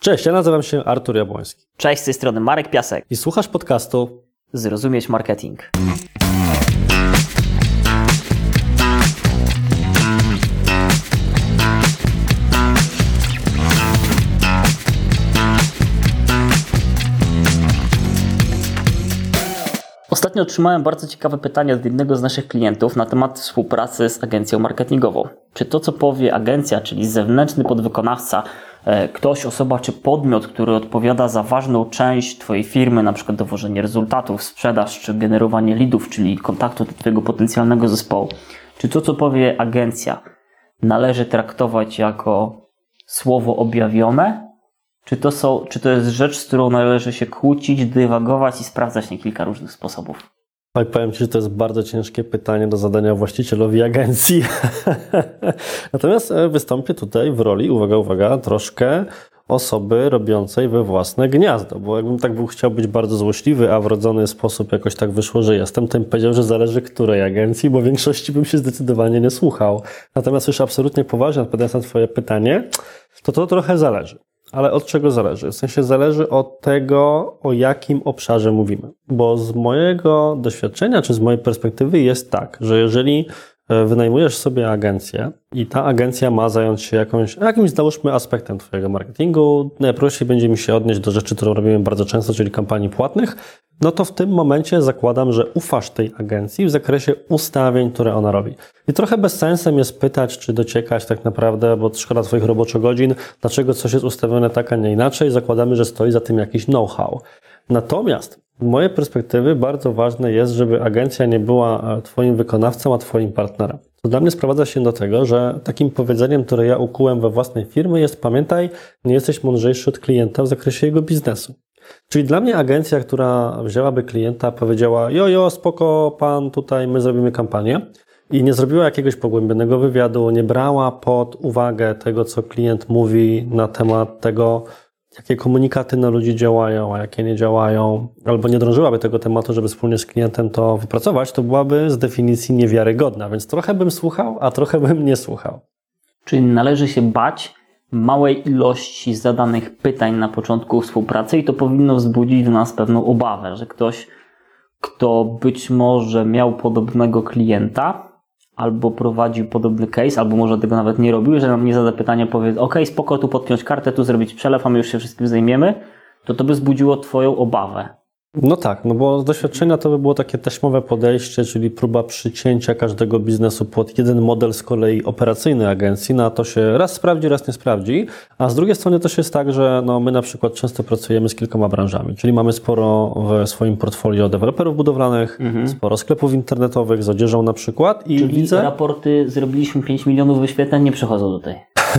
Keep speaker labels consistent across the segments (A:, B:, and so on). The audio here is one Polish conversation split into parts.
A: Cześć, ja nazywam się Artur Jabłoński.
B: Cześć, z tej strony Marek Piasek.
A: I słuchasz podcastu
B: Zrozumieć marketing. Ostatnio otrzymałem bardzo ciekawe pytanie od jednego z naszych klientów na temat współpracy z agencją marketingową. Czy to, co powie agencja, czyli zewnętrzny podwykonawca, ktoś, osoba czy podmiot, który odpowiada za ważną część Twojej firmy, na przykład dowożenie rezultatów, sprzedaż czy generowanie leadów, czyli kontaktu do Twojego potencjalnego zespołu, czy to, co powie agencja, należy traktować jako słowo objawione? Czy to jest rzecz, z którą należy się kłócić, dywagować i sprawdzać na kilka różnych sposobów?
A: Tak, powiem Ci, że to jest bardzo ciężkie pytanie do zadania właścicielowi agencji. Natomiast wystąpię tutaj w roli, uwaga, troszkę osoby robiącej we własne gniazdo, bo jakbym tak chciał być bardzo złośliwy, a wrodzony sposób jakoś tak wyszło, że jestem, to bym powiedział, że zależy której agencji, bo w większości bym się zdecydowanie nie słuchał. Natomiast już absolutnie poważnie odpowiadając na Twoje pytanie, to trochę zależy. Ale od czego zależy? W sensie zależy od tego, o jakim obszarze mówimy. Bo z mojego doświadczenia, czy z mojej perspektywy jest tak, że jeżeli wynajmujesz sobie agencję i ta agencja ma zająć się jakimś załóżmy aspektem Twojego marketingu, najprościej będzie mi się odnieść do rzeczy, którą robimy bardzo często, czyli kampanii płatnych, no to w tym momencie zakładam, że ufasz tej agencji w zakresie ustawień, które ona robi. I trochę bez sensem jest pytać, czy dociekać tak naprawdę, bo szkoda Twoich roboczogodzin, dlaczego coś jest ustawione tak, a nie inaczej. Zakładamy, że stoi za tym jakiś know-how. Natomiast z mojej perspektywy bardzo ważne jest, żeby agencja nie była Twoim wykonawcą, a Twoim partnerem. To dla mnie sprowadza się do tego, że takim powiedzeniem, które ja ukułem we własnej firmie jest: pamiętaj, nie jesteś mądrzejszy od klienta w zakresie jego biznesu. Czyli dla mnie agencja, która wzięłaby klienta, powiedziała: spoko pan, tutaj my zrobimy kampanię, i nie zrobiła jakiegoś pogłębionego wywiadu, nie brała pod uwagę tego, co klient mówi na temat tego, jakie komunikaty na ludzi działają, a jakie nie działają, albo nie drążyłaby tego tematu, żeby wspólnie z klientem to wypracować, to byłaby z definicji niewiarygodna. Więc trochę bym słuchał, a trochę bym nie słuchał.
B: Czyli należy się bać małej ilości zadanych pytań na początku współpracy i to powinno wzbudzić w nas pewną obawę, że ktoś, kto być może miał podobnego klienta albo prowadził podobny case, albo może tego nawet nie robił, że nam nie zada pytania, powie: spoko, tu podpiąć kartę, tu zrobić przelew, a my już się wszystkim zajmiemy, to by wzbudziło Twoją obawę.
A: No tak, bo z doświadczenia to by było takie taśmowe podejście, czyli próba przycięcia każdego biznesu pod jeden model z kolei operacyjny agencji, na to się raz sprawdzi, raz nie sprawdzi, a z drugiej strony też jest tak, że my na przykład często pracujemy z kilkoma branżami, czyli mamy sporo w swoim portfolio deweloperów budowlanych, sporo sklepów internetowych z odzieżą na przykład
B: Czyli raporty zrobiliśmy 5 milionów wyświetleń, nie przychodzą do tej.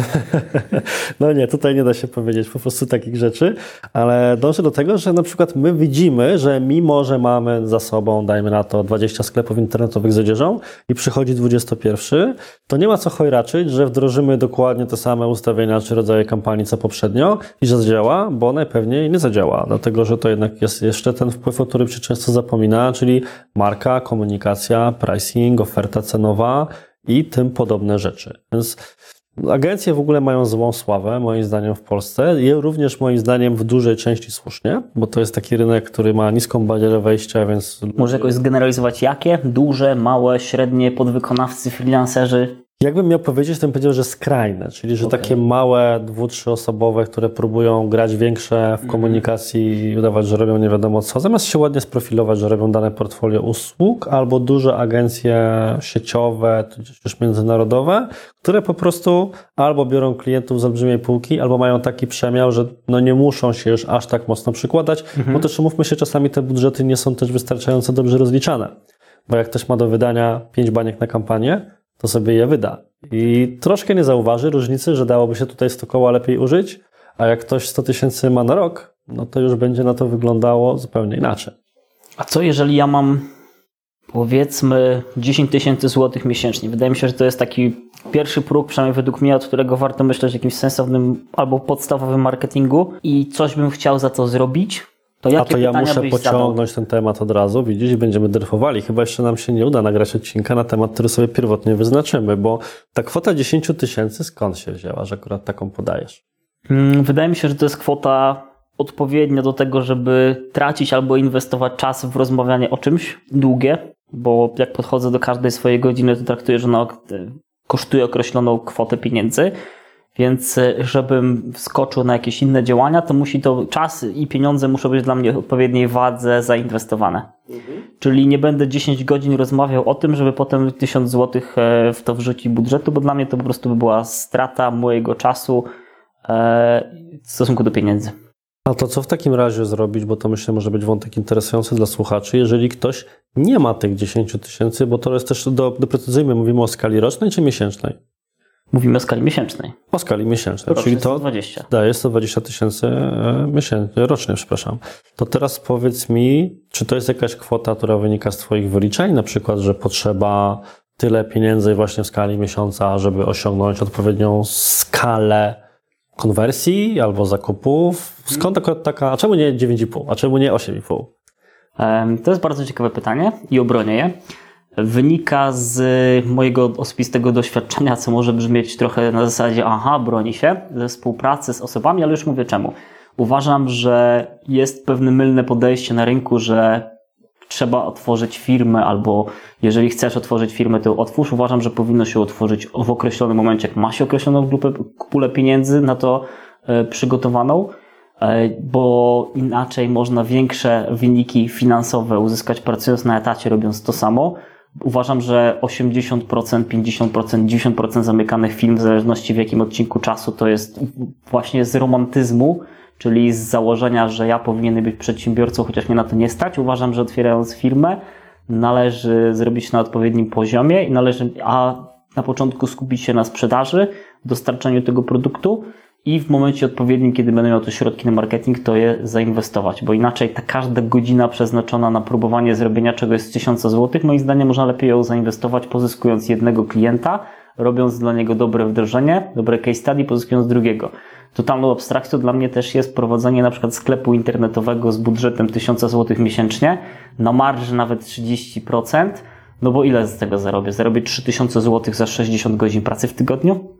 A: No nie, tutaj nie da się powiedzieć po prostu takich rzeczy, ale dążę do tego, że na przykład my widzimy, że mimo, że mamy za sobą, dajmy na to, 20 sklepów internetowych z odzieżą i przychodzi 21, to nie ma co chojraczyć, że wdrożymy dokładnie te same ustawienia czy rodzaje kampanii co poprzednio i że zadziała, bo najpewniej nie zadziała, dlatego że to jednak jest jeszcze ten wpływ, o którym się często zapomina, czyli marka, komunikacja, pricing, oferta cenowa i tym podobne rzeczy. Więc agencje w ogóle mają złą sławę, moim zdaniem, w Polsce. I również moim zdaniem w dużej części słusznie, bo to jest taki rynek, który ma niską barierę wejścia, więc...
B: Może jakoś zgeneralizować jakie? Duże, małe, średnie, podwykonawcy, freelancerzy?
A: Jakbym miał powiedzieć, to bym powiedział, że skrajne, czyli że takie małe, 2-3 osobowe, które próbują grać większe w komunikacji i udawać, że robią nie wiadomo co, zamiast się ładnie sprofilować, że robią dane portfolio usług, albo duże agencje sieciowe, tudzież międzynarodowe, które po prostu albo biorą klientów z olbrzymiej półki, albo mają taki przemiał, że nie muszą się już aż tak mocno przykładać, bo też umówmy się, czasami te budżety nie są też wystarczająco dobrze rozliczane, bo jak ktoś ma do wydania 5 baniek na kampanię, to sobie je wyda. I troszkę nie zauważy różnicy, że dałoby się tutaj 100 koła lepiej użyć, a jak ktoś 100 000 ma na rok, to już będzie na to wyglądało zupełnie inaczej.
B: A co jeżeli ja mam, powiedzmy, 10 000 złotych miesięcznie? Wydaje mi się, że to jest taki pierwszy próg, przynajmniej według mnie, od którego warto myśleć o jakimś sensownym albo podstawowym marketingu i coś bym chciał za to zrobić. To jakie
A: ja
B: pytania
A: muszę
B: byś
A: pociągnąć ten temat od razu, widzisz, i będziemy dryfowali. Chyba jeszcze nam się nie uda nagrać odcinka na temat, który sobie pierwotnie wyznaczymy, bo ta kwota 10 000 skąd się wzięła, że akurat taką podajesz?
B: Wydaje mi się, że to jest kwota odpowiednia do tego, żeby tracić albo inwestować czas w rozmawianie o czymś długie, bo jak podchodzę do każdej swojej godziny, to traktuję, że ona kosztuje określoną kwotę pieniędzy, więc żebym wskoczył na jakieś inne działania, to musi to czas i pieniądze muszą być dla mnie w odpowiedniej wadze zainwestowane. Czyli nie będę 10 godzin rozmawiał o tym, żeby potem 1000 zł w to wrzucić budżetu, bo dla mnie to po prostu by była strata mojego czasu w stosunku do pieniędzy.
A: A to co w takim razie zrobić, bo to myślę może być wątek interesujący dla słuchaczy, jeżeli ktoś nie ma tych 10 000, bo to jest też, doprecyzujmy, mówimy o skali rocznej czy miesięcznej?
B: Mówimy o skali miesięcznej.
A: O skali miesięcznej,
B: Rocznie
A: czyli to
B: 120.
A: daje 120 000 rocznie, przepraszam. To teraz powiedz mi, czy to jest jakaś kwota, która wynika z Twoich wyliczeń, na przykład, że potrzeba tyle pieniędzy właśnie w skali miesiąca, żeby osiągnąć odpowiednią skalę konwersji albo zakupów? Skąd taka, a czemu nie 9,5, a czemu nie 8,5?
B: To jest bardzo ciekawe pytanie i obronię je. Wynika z mojego osobistego doświadczenia, co może brzmieć trochę na zasadzie broni się, ze współpracy z osobami, ale już mówię czemu. Uważam, że jest pewne mylne podejście na rynku, że trzeba otworzyć firmę, albo jeżeli chcesz otworzyć firmę, to otwórz. Uważam, że powinno się otworzyć w określonym momencie, jak ma się określoną pulę pieniędzy na to przygotowaną, bo inaczej można większe wyniki finansowe uzyskać pracując na etacie, robiąc to samo. Uważam, że 80%, 50%, 90% zamykanych firm, w zależności w jakim odcinku czasu, to jest właśnie z romantyzmu, czyli z założenia, że ja powinienem być przedsiębiorcą, chociaż mnie na to nie stać. Uważam, że otwierając firmę należy zrobić na odpowiednim poziomie i a na początku skupić się na sprzedaży, dostarczaniu tego produktu i w momencie odpowiednim, kiedy będę miał te środki na marketing, to je zainwestować, bo inaczej ta każda godzina przeznaczona na próbowanie zrobienia czegoś z 1000 zł, moim zdaniem można lepiej ją zainwestować, pozyskując jednego klienta, robiąc dla niego dobre wdrożenie, dobre case study, pozyskując drugiego. Totalną abstrakcją dla mnie też jest prowadzenie na przykład sklepu internetowego z budżetem 1000 zł miesięcznie, na marży nawet 30%, no bo ile z tego zarobię? Zarobię 3000 zł za 60 godzin pracy w tygodniu?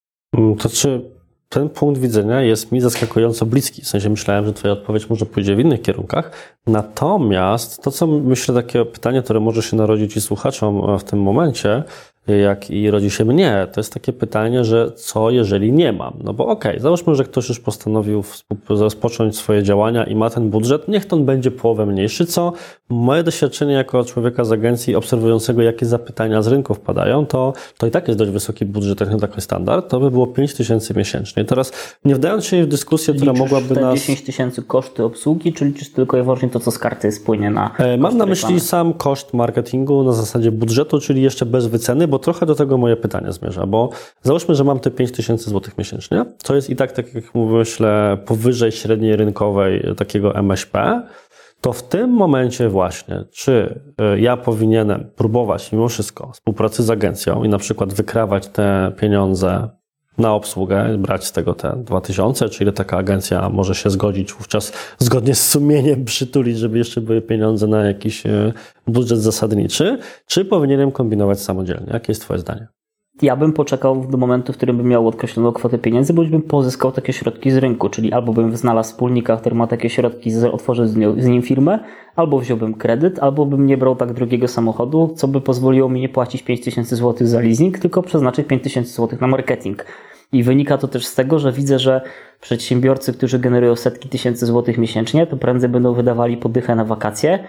A: To czy ten punkt widzenia jest mi zaskakująco bliski. W sensie myślałem, że Twoja odpowiedź może pójdzie w innych kierunkach. Natomiast to, co myślę, takie pytanie, które może się narodzić i słuchaczom w tym momencie, jak i rodzi się mnie, to jest takie pytanie, że co jeżeli nie mam? No bo okej, załóżmy, że ktoś już postanowił rozpocząć swoje działania i ma ten budżet, niech on będzie połowę mniejszy, co moje doświadczenie jako człowieka z agencji obserwującego, jakie zapytania z rynku wpadają, to i tak jest dość wysoki budżet, jak na taki standard, to by było 5000 miesięcznie. Teraz nie wdając się w dyskusję, która mogłaby
B: te
A: nas...
B: 10 000 koszty obsługi, czy liczysz tylko i wyłącznie to, co z karty spłynie na
A: Mam na myśli sam koszt marketingu na zasadzie budżetu, czyli jeszcze bez wyceny, bo trochę do tego moje pytanie zmierza, bo załóżmy, że mam te 5000 zł miesięcznie, to jest i tak jak myślę, powyżej średniej rynkowej takiego MŚP, to w tym momencie właśnie, czy ja powinienem próbować mimo wszystko współpracy z agencją i na przykład wykrawać te pieniądze na obsługę, brać z tego te 2000, czy ile taka agencja może się zgodzić wówczas zgodnie z sumieniem przytulić, żeby jeszcze były pieniądze na jakiś budżet zasadniczy, czy powinienem kombinować samodzielnie? Jakie jest Twoje zdanie?
B: Ja bym poczekał do momentu, w którym bym miał określoną kwotę pieniędzy, bądź bym pozyskał takie środki z rynku, czyli albo bym znalazł wspólnika, który ma takie środki, otworzył z nim firmę, albo wziąłbym kredyt, albo bym nie brał tak drogiego samochodu, co by pozwoliło mi nie płacić 5000 zł za leasing, tylko przeznaczyć 5000 zł na marketing. I wynika to też z tego, że widzę, że przedsiębiorcy, którzy generują setki tysięcy złotych miesięcznie, to prędzej będą wydawali podychę na wakacje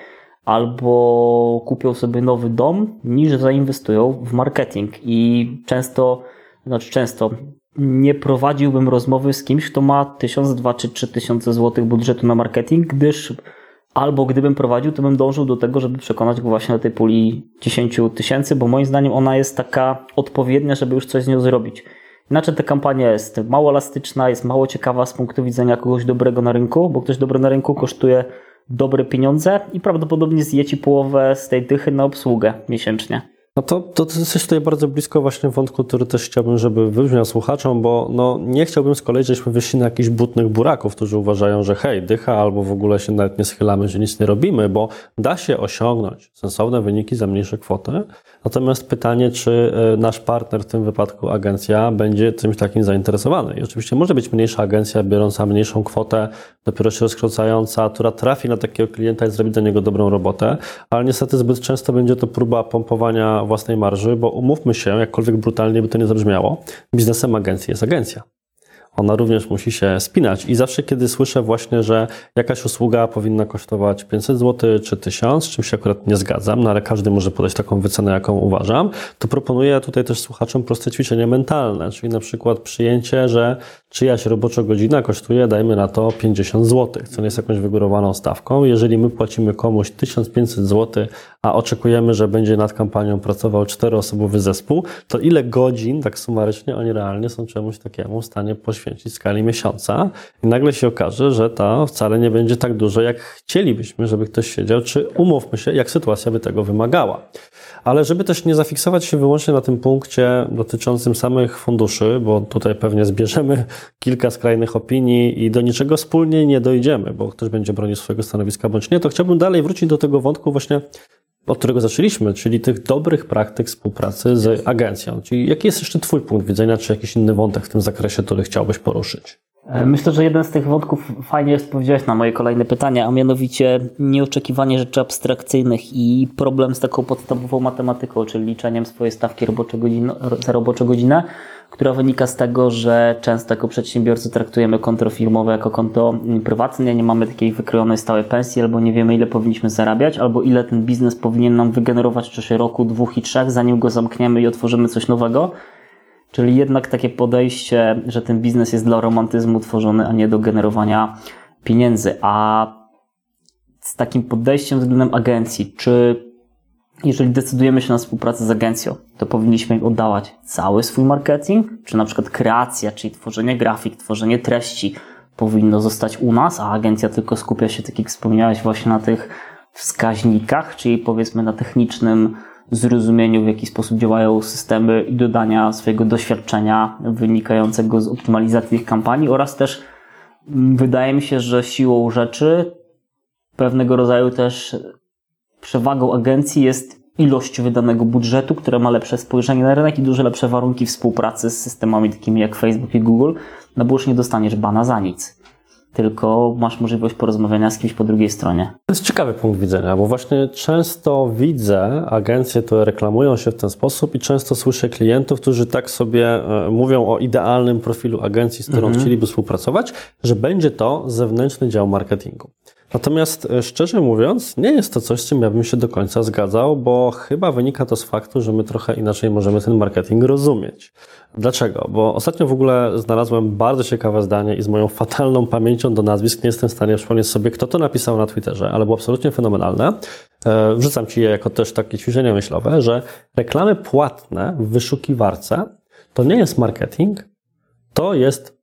B: albo kupią sobie nowy dom, niż zainwestują w marketing. I często nie prowadziłbym rozmowy z kimś, kto ma 1000, 2000 czy 3000 złotych budżetu na marketing, gdyż albo gdybym prowadził, to bym dążył do tego, żeby przekonać go właśnie do tej puli 10 000, bo moim zdaniem ona jest taka odpowiednia, żeby już coś z nią zrobić. Inaczej ta kampania jest mało elastyczna, jest mało ciekawa z punktu widzenia kogoś dobrego na rynku, bo ktoś dobry na rynku kosztuje dobre pieniądze i prawdopodobnie zje Ci połowę z tej dychy na obsługę miesięcznie.
A: No to jesteś tutaj bardzo blisko właśnie wątku, który też chciałbym, żeby wybrzmiał słuchaczom, bo nie chciałbym z kolei, żebyśmy wyszli na jakichś butnych buraków, którzy uważają, że hej, dycha, albo w ogóle się nawet nie schylamy, że nic nie robimy, bo da się osiągnąć sensowne wyniki za mniejsze kwoty. Natomiast pytanie, czy nasz partner, w tym wypadku agencja, będzie czymś takim zainteresowany. I oczywiście może być mniejsza agencja, biorąca mniejszą kwotę, dopiero się rozkręcająca, która trafi na takiego klienta i zrobi do niego dobrą robotę, ale niestety zbyt często będzie to próba pompowania własnej marży, bo umówmy się, jakkolwiek brutalnie by to nie zabrzmiało, biznesem agencji jest agencja. Ona również musi się spinać i zawsze, kiedy słyszę właśnie, że jakaś usługa powinna kosztować 500 zł czy 1000, z czym się akurat nie zgadzam, ale każdy może podać taką wycenę, jaką uważam, to proponuję tutaj też słuchaczom proste ćwiczenie mentalne, czyli na przykład przyjęcie, że czyjaś robocza godzina kosztuje, dajmy na to 50 zł, co nie jest jakąś wygórowaną stawką. Jeżeli my płacimy komuś 1500 zł, a oczekujemy, że będzie nad kampanią pracował 4-osobowy zespół, to ile godzin, tak sumarycznie, oni realnie są czemuś takiemu w stanie poświęcić w skali miesiąca i nagle się okaże, że to wcale nie będzie tak dużo, jak chcielibyśmy, żeby ktoś siedział, czy umówmy się, jak sytuacja by tego wymagała. Ale żeby też nie zafiksować się wyłącznie na tym punkcie dotyczącym samych funduszy, bo tutaj pewnie zbierzemy kilka skrajnych opinii i do niczego wspólnie nie dojdziemy, bo ktoś będzie bronił swojego stanowiska bądź nie, to chciałbym dalej wrócić do tego wątku właśnie, od którego zaczęliśmy, czyli tych dobrych praktyk współpracy z agencją. Czyli jaki jest jeszcze Twój punkt widzenia, czy jakiś inny wątek w tym zakresie, który chciałbyś poruszyć?
B: Myślę, że jeden z tych wątków fajnie odpowiedziałeś na moje kolejne pytanie, a mianowicie nieoczekiwanie rzeczy abstrakcyjnych i problem z taką podstawową matematyką, czyli liczeniem swojej stawki za roboczą godzinę, która wynika z tego, że często jako przedsiębiorcy traktujemy konto firmowe jako konto prywatne, nie mamy takiej wykrojonej stałej pensji, albo nie wiemy, ile powinniśmy zarabiać, albo ile ten biznes powinien nam wygenerować w czasie roku, 2 i 3, zanim go zamkniemy i otworzymy coś nowego. Czyli jednak takie podejście, że ten biznes jest dla romantyzmu tworzony, a nie do generowania pieniędzy. A z takim podejściem względem agencji, czy jeżeli decydujemy się na współpracę z agencją, to powinniśmy im oddawać cały swój marketing, czy na przykład kreacja, czyli tworzenie grafik, tworzenie treści powinno zostać u nas, a agencja tylko skupia się, tak jak wspomniałeś, właśnie na tych wskaźnikach, czyli powiedzmy na technicznym zrozumieniu, w jaki sposób działają systemy i dodania swojego doświadczenia wynikającego z optymalizacji tych kampanii oraz też wydaje mi się, że siłą rzeczy pewnego rodzaju też przewagą agencji jest ilość wydanego budżetu, która ma lepsze spojrzenie na rynek i dużo lepsze warunki współpracy z systemami takimi jak Facebook i Google, no bo już nie dostaniesz bana za nic, tylko masz możliwość porozmawiania z kimś po drugiej stronie.
A: To jest ciekawy punkt widzenia, bo właśnie często widzę agencje, które reklamują się w ten sposób i często słyszę klientów, którzy tak sobie mówią o idealnym profilu agencji, z którą chcieliby współpracować, że będzie to zewnętrzny dział marketingu. Natomiast szczerze mówiąc, nie jest to coś, z czym ja bym się do końca zgadzał, bo chyba wynika to z faktu, że my trochę inaczej możemy ten marketing rozumieć. Dlaczego? Bo ostatnio w ogóle znalazłem bardzo ciekawe zdanie i z moją fatalną pamięcią do nazwisk nie jestem w stanie przypomnieć sobie, kto to napisał na Twitterze, ale było absolutnie fenomenalne. Wrzucam Ci je jako też takie ćwiczenie myślowe, że reklamy płatne w wyszukiwarce to nie jest marketing, to jest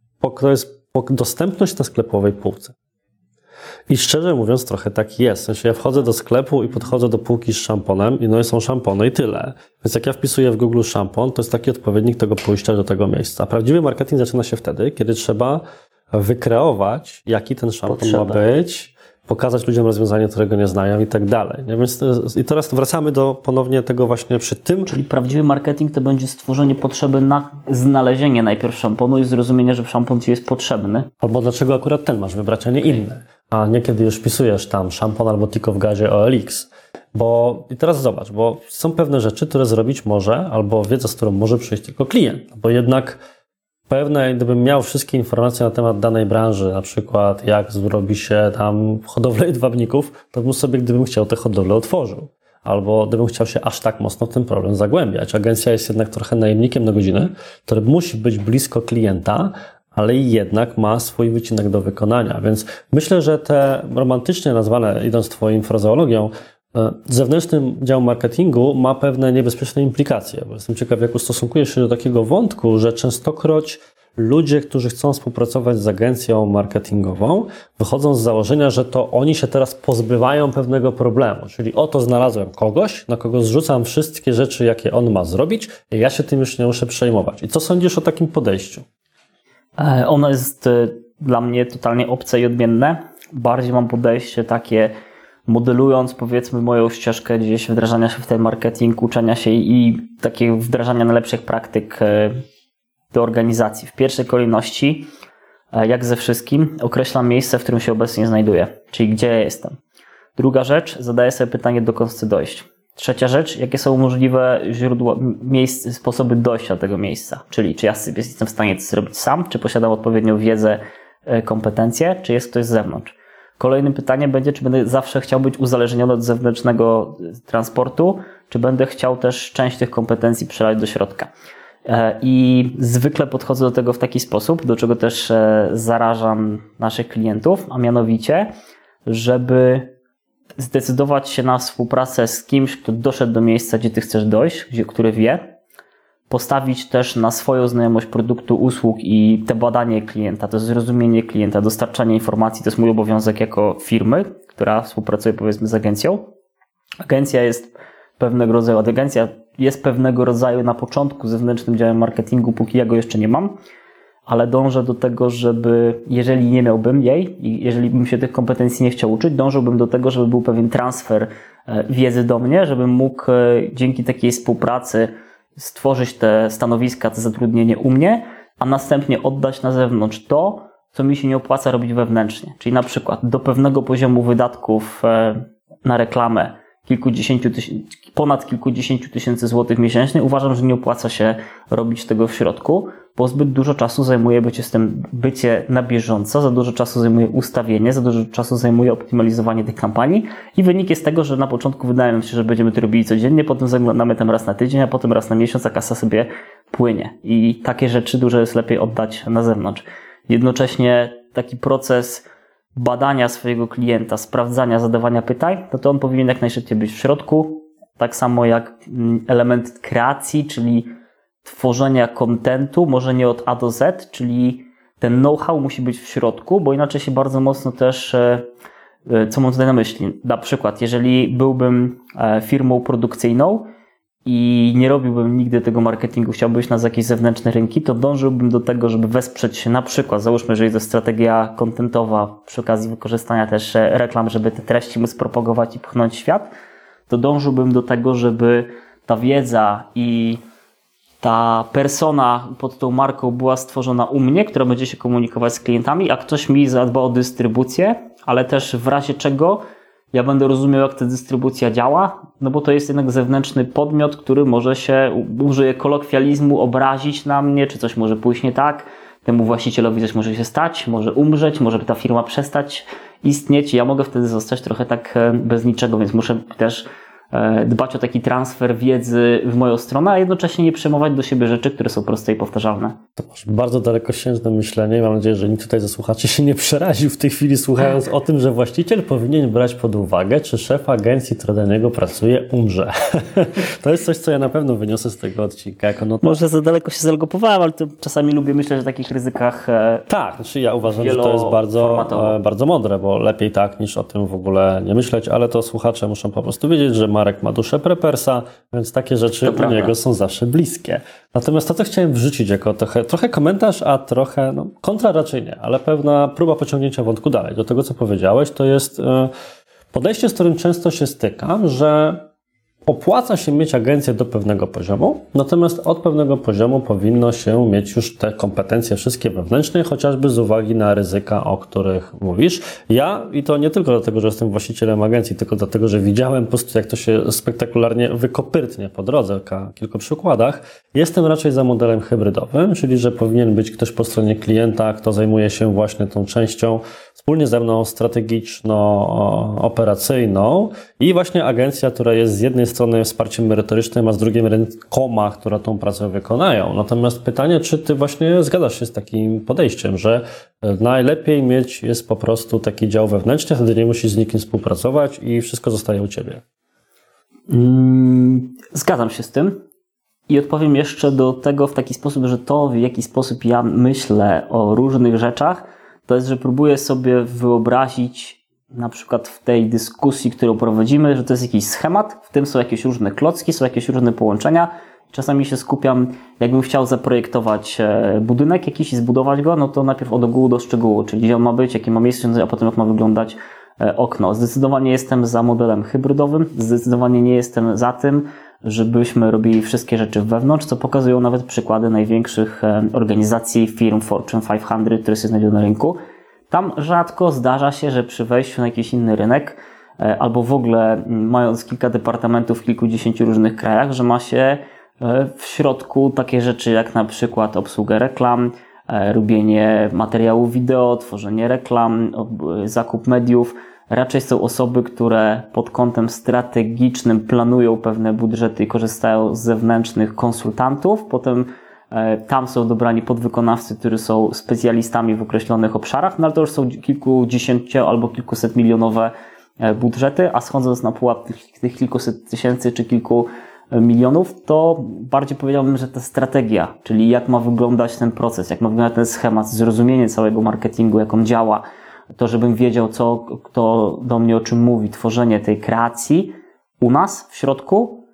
A: dostępność na sklepowej półce. I szczerze mówiąc trochę tak jest. W sensie ja wchodzę do sklepu i podchodzę do półki z szamponem i no i są szampony i tyle. Więc jak ja wpisuję w Google szampon, to jest taki odpowiednik tego pójścia do tego miejsca. Prawdziwy marketing zaczyna się wtedy, kiedy trzeba wykreować, jaki ten szampon ma być, pokazać ludziom rozwiązanie, którego nie znają i tak dalej. Więc i teraz wracamy do ponownie tego właśnie przy tym.
B: Czyli prawdziwy marketing to będzie stworzenie potrzeby na znalezienie najpierw szamponu i zrozumienie, że szampon Ci jest potrzebny.
A: Albo dlaczego akurat ten masz wybrać, a nie inny. A nie kiedy już wpisujesz tam szampon albo tiko w gazie OLX. Bo i teraz zobacz, bo są pewne rzeczy, które zrobić może, albo wiedza, z którą może przyjść tylko klient. Bo jednak pewne, gdybym miał wszystkie informacje na temat danej branży, na przykład jak zrobi się tam hodowlę jedwabników, to bym sobie, gdybym chciał, tę hodowlę otworzył. Albo gdybym chciał się aż tak mocno w ten problem zagłębiać. Agencja jest jednak trochę najemnikiem na godzinę, który musi być blisko klienta, ale jednak ma swój wycinek do wykonania. Więc myślę, że te romantycznie nazwane, idąc Twoją frazeologią, zewnętrzny dział marketingu ma pewne niebezpieczne implikacje. Bo jestem ciekaw, jak ustosunkujesz się do takiego wątku, że częstokroć ludzie, którzy chcą współpracować z agencją marketingową, wychodzą z założenia, że to oni się teraz pozbywają pewnego problemu, czyli oto znalazłem kogoś, na kogo zrzucam wszystkie rzeczy, jakie on ma zrobić i ja się tym już nie muszę przejmować. I co sądzisz o takim podejściu?
B: Ono jest dla mnie totalnie obce i odmienne. Bardziej mam podejście takie, modelując powiedzmy moją ścieżkę gdzieś wdrażania się w ten marketing, uczenia się i takiego wdrażania najlepszych praktyk do organizacji. W pierwszej kolejności, jak ze wszystkim, określam miejsce, w którym się obecnie znajduję, czyli gdzie ja jestem. Druga rzecz, zadaję sobie pytanie, dokąd chcę dojść. Trzecia rzecz, jakie są możliwe źródła, sposoby dojścia do tego miejsca, czyli czy ja jestem w stanie to zrobić sam, czy posiadam odpowiednią wiedzę, kompetencje, czy jest ktoś z zewnątrz. Kolejnym pytaniem będzie, czy będę zawsze chciał być uzależniony od zewnętrznego transportu, czy będę chciał też część tych kompetencji przelać do środka. I zwykle podchodzę do tego w taki sposób, do czego też zarażam naszych klientów, a mianowicie, żeby zdecydować się na współpracę z kimś, kto doszedł do miejsca, gdzie ty chcesz dojść, który wie, postawić też na swoją znajomość produktu, usług i te badanie klienta, to jest klienta, dostarczanie informacji, to jest mój obowiązek jako firmy, która współpracuje powiedzmy z agencją. Agencja jest pewnego rodzaju na początku zewnętrznym działem marketingu, póki ja go jeszcze nie mam, ale dążę do tego, żeby, jeżeli nie miałbym jej i jeżeli bym się tych kompetencji nie chciał uczyć, dążyłbym do tego, żeby był pewien transfer wiedzy do mnie, żebym mógł dzięki takiej współpracy stworzyć te stanowiska, to zatrudnienie u mnie, a następnie oddać na zewnątrz to, co mi się nie opłaca robić wewnętrznie. Czyli na przykład do pewnego poziomu wydatków na reklamę ponad kilkudziesięciu tysięcy złotych miesięcznie uważam, że nie opłaca się robić tego w środku, bo zbyt dużo czasu zajmuje bycie na bieżąco, za dużo czasu zajmuje ustawienie, za dużo czasu zajmuje optymalizowanie tych kampanii i wynik jest tego, że na początku wydaje nam się, że będziemy to robili codziennie, potem zaglądamy tam raz na tydzień, a potem raz na miesiąc, a kasa sobie płynie. I takie rzeczy dużo jest lepiej oddać na zewnątrz. Jednocześnie taki proces badania swojego klienta, sprawdzania, zadawania pytań, to on powinien jak najszybciej być w środku. Tak samo jak element kreacji, czyli tworzenia kontentu, może nie od A do Z, czyli ten know-how musi być w środku, bo inaczej się bardzo mocno też, co mam tutaj na myśli? Na przykład, jeżeli byłbym firmą produkcyjną i nie robiłbym nigdy tego marketingu, chciałbym iść na jakieś zewnętrzne rynki, to dążyłbym do tego, żeby wesprzeć się na przykład, załóżmy, że jest to strategia kontentowa przy okazji wykorzystania też reklam, żeby te treści móc propagować i pchnąć w świat, to dążyłbym do tego, żeby ta wiedza i ta persona pod tą marką była stworzona u mnie, która będzie się komunikować z klientami, a ktoś mi zadba o dystrybucję, ale też w razie czego ja będę rozumiał, jak ta dystrybucja działa, no bo to jest jednak zewnętrzny podmiot, który może się, użyję kolokwializmu, obrazić na mnie, czy coś może pójść nie tak, temu właścicielowi coś może się stać, może umrzeć, może ta firma przestać istnieć i ja mogę wtedy zostać trochę tak bez niczego, więc muszę też dbać o taki transfer wiedzy w moją stronę, a jednocześnie nie przejmować do siebie rzeczy, które są proste i powtarzalne.
A: To masz bardzo dalekosiężne myślenie i mam nadzieję, że nikt tutaj ze słuchaczy się nie przeraził w tej chwili, słuchając o tym, że właściciel powinien brać pod uwagę, czy szef agencji, która dla niego pracuje, umrze. To jest coś, co ja na pewno wyniosę z tego odcinka.
B: Może za daleko się zalogowałem, ale to czasami lubię myśleć o takich ryzykach.
A: Tak, znaczy ja uważam, że to jest bardzo mądre, bo lepiej tak, niż o tym w ogóle nie myśleć, ale to słuchacze muszą po prostu wiedzieć, że Marek ma duszę prepersa, więc takie rzeczy u niego są zawsze bliskie. Natomiast to, co chciałem wrzucić jako trochę komentarz, a trochę kontra raczej nie, ale pewna próba pociągnięcia wątku dalej. Do tego, co powiedziałeś, to jest podejście, z którym często się stykam, że opłaca się mieć agencję do pewnego poziomu, natomiast od pewnego poziomu powinno się mieć już te kompetencje wszystkie wewnętrzne, chociażby z uwagi na ryzyka, o których mówisz. Ja, i to nie tylko dlatego, że jestem właścicielem agencji, tylko dlatego, że widziałem po prostu, jak to się spektakularnie wykopytnie po drodze, w kilku przykładach, jestem raczej za modelem hybrydowym, czyli że powinien być ktoś po stronie klienta, kto zajmuje się właśnie tą częścią wspólnie ze mną strategiczno-operacyjną i właśnie agencja, która jest z jednej strony wsparciem merytorycznym, a z drugiej rękoma, która tą pracę wykonają. Natomiast pytanie, czy ty właśnie zgadzasz się z takim podejściem, że najlepiej mieć jest po prostu taki dział wewnętrzny, wtedy nie musisz z nikim współpracować i wszystko zostaje u ciebie?
B: Zgadzam się z tym. I odpowiem jeszcze do tego w taki sposób, że to, w jaki sposób ja myślę o różnych rzeczach, to jest, że próbuję sobie wyobrazić na przykład w tej dyskusji, którą prowadzimy, że to jest jakiś schemat, w tym są jakieś różne klocki, są jakieś różne połączenia. Czasami się skupiam, jakbym chciał zaprojektować budynek jakiś i zbudować go, no to najpierw od ogółu do szczegółu, czyli gdzie on ma być, jakie ma miejsce, a potem jak ma wyglądać okno. Zdecydowanie jestem za modelem hybrydowym, zdecydowanie nie jestem za tym, żebyśmy robili wszystkie rzeczy wewnątrz, co pokazują nawet przykłady największych organizacji, firm Fortune 500, które się znajdują na rynku. Tam rzadko zdarza się, że przy wejściu na jakiś inny rynek albo w ogóle mając kilka departamentów w kilkudziesięciu różnych krajach, że ma się w środku takie rzeczy jak na przykład obsługę reklam, robienie materiałów wideo, tworzenie reklam, zakup mediów. Raczej są osoby, które pod kątem strategicznym planują pewne budżety i korzystają z zewnętrznych konsultantów. Potem tam są dobrani podwykonawcy, którzy są specjalistami w określonych obszarach, no ale to już są kilkudziesięcio albo kilkuset milionowe budżety, a schodząc na pułap tych kilkuset tysięcy czy kilku milionów, to bardziej powiedziałbym, że ta strategia, czyli jak ma wyglądać ten proces, jak ma wyglądać ten schemat, zrozumienie całego marketingu, jak on działa, to żebym wiedział, kto do mnie o czym mówi, tworzenie tej kreacji u nas w środku,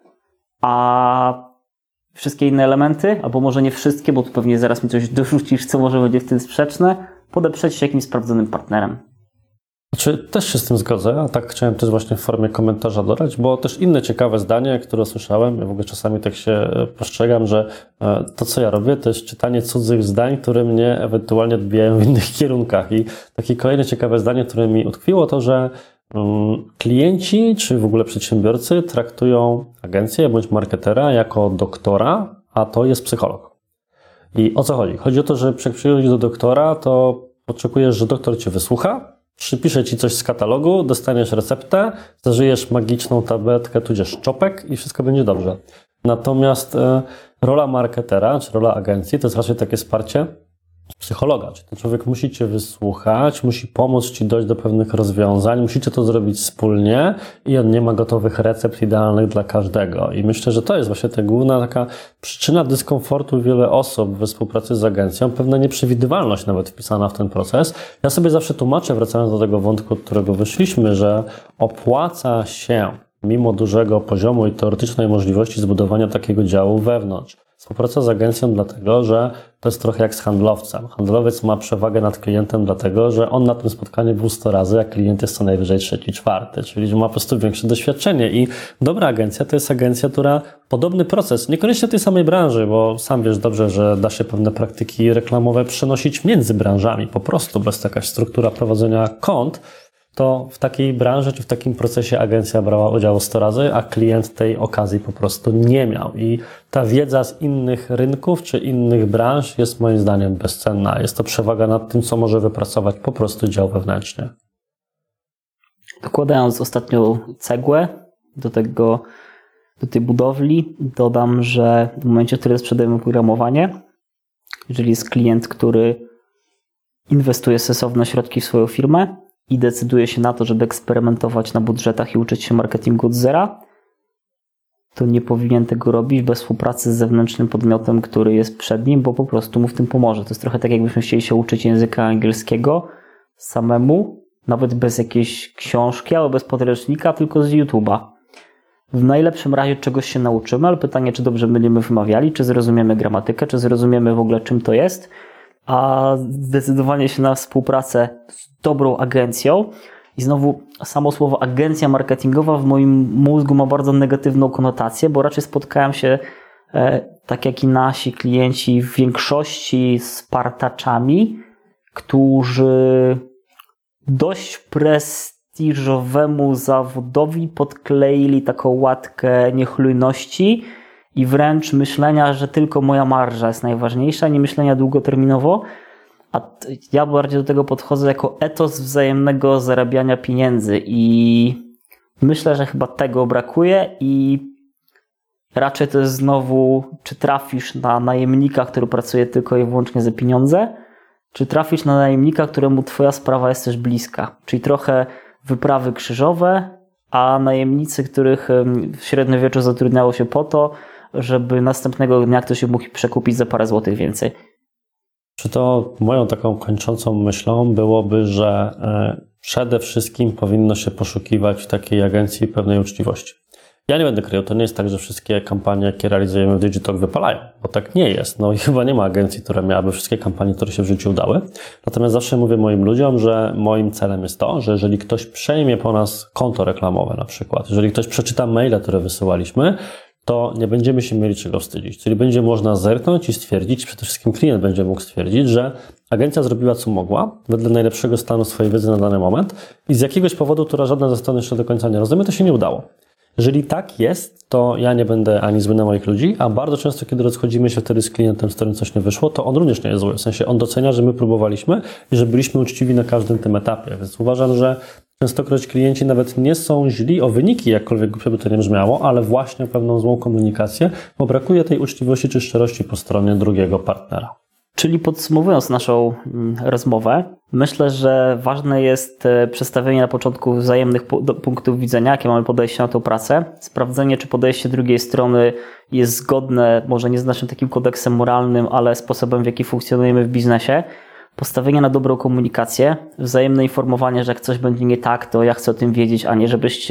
B: a wszystkie inne elementy, albo może nie wszystkie, bo tu pewnie zaraz mi coś dorzucisz, co może będzie w tym sprzeczne, podeprzeć się jakimś sprawdzonym partnerem.
A: Znaczy, też się z tym zgodzę, a tak chciałem też właśnie w formie komentarza dodać, bo też inne ciekawe zdanie, które słyszałem, ja w ogóle czasami tak się postrzegam, że to, co ja robię, to jest czytanie cudzych zdań, które mnie ewentualnie odbijają w innych kierunkach. I takie kolejne ciekawe zdanie, które mi utkwiło, to, że klienci, czy w ogóle przedsiębiorcy traktują agencję bądź marketera jako doktora, a to jest psycholog. I o co chodzi? Chodzi o to, że jak przychodzisz do doktora, to oczekujesz, że doktor cię wysłucha, przypisze ci coś z katalogu, dostaniesz receptę, zażyjesz magiczną tabletkę, tudzież czopek i wszystko będzie dobrze. Natomiast rola marketera, czy rola agencji to jest raczej takie wsparcie psychologa. Czyli ten człowiek musi cię wysłuchać, musi pomóc ci dojść do pewnych rozwiązań, musicie to zrobić wspólnie i on nie ma gotowych recept idealnych dla każdego. I myślę, że to jest właśnie ta główna taka przyczyna dyskomfortu wiele osób we współpracy z agencją, pewna nieprzewidywalność nawet wpisana w ten proces. Ja sobie zawsze tłumaczę, wracając do tego wątku, od którego wyszliśmy, że opłaca się mimo dużego poziomu i teoretycznej możliwości zbudowania takiego działu wewnątrz. Współpraca z agencją dlatego, że to jest trochę jak z handlowcem. Handlowiec ma przewagę nad klientem dlatego, że on na tym spotkaniu był 100 razy, a klient jest co najwyżej 3., 4., czyli że ma po prostu większe doświadczenie. I dobra agencja to jest agencja, która podobny proces, niekoniecznie tej samej branży, bo sam wiesz dobrze, że da się pewne praktyki reklamowe przenosić między branżami, po prostu, bez jakaś struktura prowadzenia kont, to w takiej branży czy w takim procesie agencja brała udział 100 razy, a klient tej okazji po prostu nie miał. I ta wiedza z innych rynków czy innych branż jest moim zdaniem bezcenna. Jest to przewaga nad tym, co może wypracować po prostu dział wewnętrzny.
B: Dokładając ostatnią cegłę do tej budowli, dodam, że w momencie, w którym sprzedajemy oprogramowanie, jeżeli jest klient, który inwestuje sensowne środki w swoją firmę, i decyduje się na to, żeby eksperymentować na budżetach i uczyć się marketingu od zera, to nie powinien tego robić bez współpracy z zewnętrznym podmiotem, który jest przed nim, bo po prostu mu w tym pomoże. To jest trochę tak, jakbyśmy chcieli się uczyć języka angielskiego samemu, nawet bez jakiejś książki, albo bez podręcznika, tylko z YouTube'a. W najlepszym razie czegoś się nauczymy, ale pytanie, czy dobrze będziemy wymawiali, czy zrozumiemy gramatykę, czy zrozumiemy w ogóle, czym to jest, a zdecydowanie się na współpracę z dobrą agencją. I znowu samo słowo agencja marketingowa w moim mózgu ma bardzo negatywną konotację, bo raczej spotkałem się, tak jak i nasi klienci, w większości z partaczami, którzy dość prestiżowemu zawodowi podkleili taką łatkę niechlujności i wręcz myślenia, że tylko moja marża jest najważniejsza, nie myślenia długoterminowo. A ja bardziej do tego podchodzę jako etos wzajemnego zarabiania pieniędzy i myślę, że chyba tego brakuje i raczej to jest znowu, czy trafisz na najemnika, który pracuje tylko i wyłącznie za pieniądze, czy trafisz na najemnika, któremu twoja sprawa jest też bliska. Czyli trochę wyprawy krzyżowe, a najemnicy, których w średniowieczu zatrudniało się po to, żeby następnego dnia ktoś mógł przekupić za parę złotych więcej?
A: Czy to moją taką kończącą myślą byłoby, że przede wszystkim powinno się poszukiwać w takiej agencji pewnej uczciwości. Ja nie będę krył, to nie jest tak, że wszystkie kampanie, jakie realizujemy w Digitalk wypalają, bo tak nie jest. No i chyba nie ma agencji, która miałaby wszystkie kampanie, które się w życiu udały. Natomiast zawsze mówię moim ludziom, że moim celem jest to, że jeżeli ktoś przejmie po nas konto reklamowe na przykład, jeżeli ktoś przeczyta maile, które wysyłaliśmy, to nie będziemy się mieli czego wstydzić. Czyli będzie można zerknąć i stwierdzić, przede wszystkim klient będzie mógł stwierdzić, że agencja zrobiła co mogła, wedle najlepszego stanu swojej wiedzy na dany moment i z jakiegoś powodu, która żadna ze stron jeszcze do końca nie rozumie, to się nie udało. Jeżeli tak jest, to ja nie będę ani zły na moich ludzi, a bardzo często, kiedy rozchodzimy się wtedy z klientem, z którym coś nie wyszło, to on również nie jest zły. W sensie on docenia, że my próbowaliśmy i że byliśmy uczciwi na każdym tym etapie. Więc uważam, że częstokroć klienci nawet nie są źli o wyniki, jakkolwiek głupio by to nie brzmiało, ale właśnie o pewną złą komunikację, bo brakuje tej uczciwości czy szczerości po stronie drugiego partnera.
B: Czyli podsumowując naszą rozmowę, myślę, że ważne jest przedstawienie na początku wzajemnych punktów widzenia, jakie mamy podejście na tę pracę, sprawdzenie, czy podejście drugiej strony jest zgodne, może nie z naszym takim kodeksem moralnym, ale sposobem, w jaki funkcjonujemy w biznesie, postawienie na dobrą komunikację, wzajemne informowanie, że jak coś będzie nie tak, to ja chcę o tym wiedzieć, a nie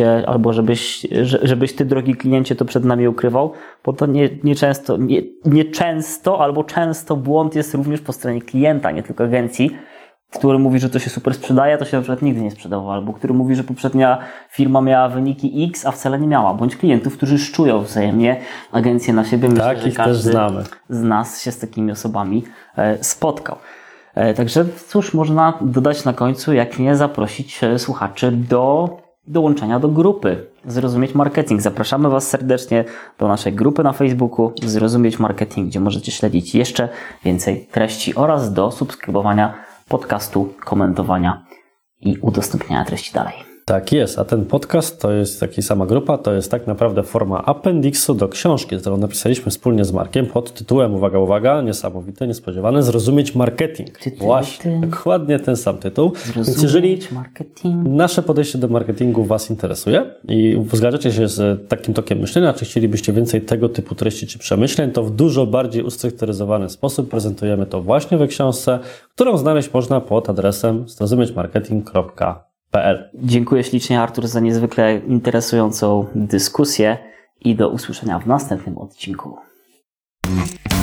B: żebyś ty, drogi kliencie, to przed nami ukrywał, bo to nieczęsto albo często błąd jest również po stronie klienta, nie tylko agencji, który mówi, że to się super sprzedaje, a to się na przykład nigdy nie sprzedawało, albo który mówi, że poprzednia firma miała wyniki X, a wcale nie miała, bądź klientów, którzy szczują wzajemnie agencje na siebie. Myślę,
A: Takich
B: że każdy
A: też znamy.
B: z nas się z takimi osobami spotkał. Także cóż można dodać na końcu, jak nie zaprosić słuchaczy do dołączenia do grupy Zrozumieć Marketing. Zapraszamy Was serdecznie do naszej grupy na Facebooku Zrozumieć Marketing, gdzie możecie śledzić jeszcze więcej treści oraz do subskrybowania podcastu, komentowania i udostępniania treści dalej.
A: Tak jest, a ten podcast to jest taka sama grupa, to jest tak naprawdę forma appendixu do książki, którą napisaliśmy wspólnie z Markiem pod tytułem, uwaga, uwaga, niesamowite, niespodziewane, Zrozumieć Marketing. Właśnie, dokładnie ten sam tytuł. Więc jeżeli nasze podejście do marketingu Was interesuje i zgadzacie się z takim tokiem myślenia, czy chcielibyście więcej tego typu treści czy przemyśleń, to w dużo bardziej ustrukturyzowany sposób prezentujemy to właśnie we książce, którą znaleźć można pod adresem zrozumieczmarketing.pl.
B: Dziękuję ślicznie, Artur, za niezwykle interesującą dyskusję i do usłyszenia w następnym odcinku.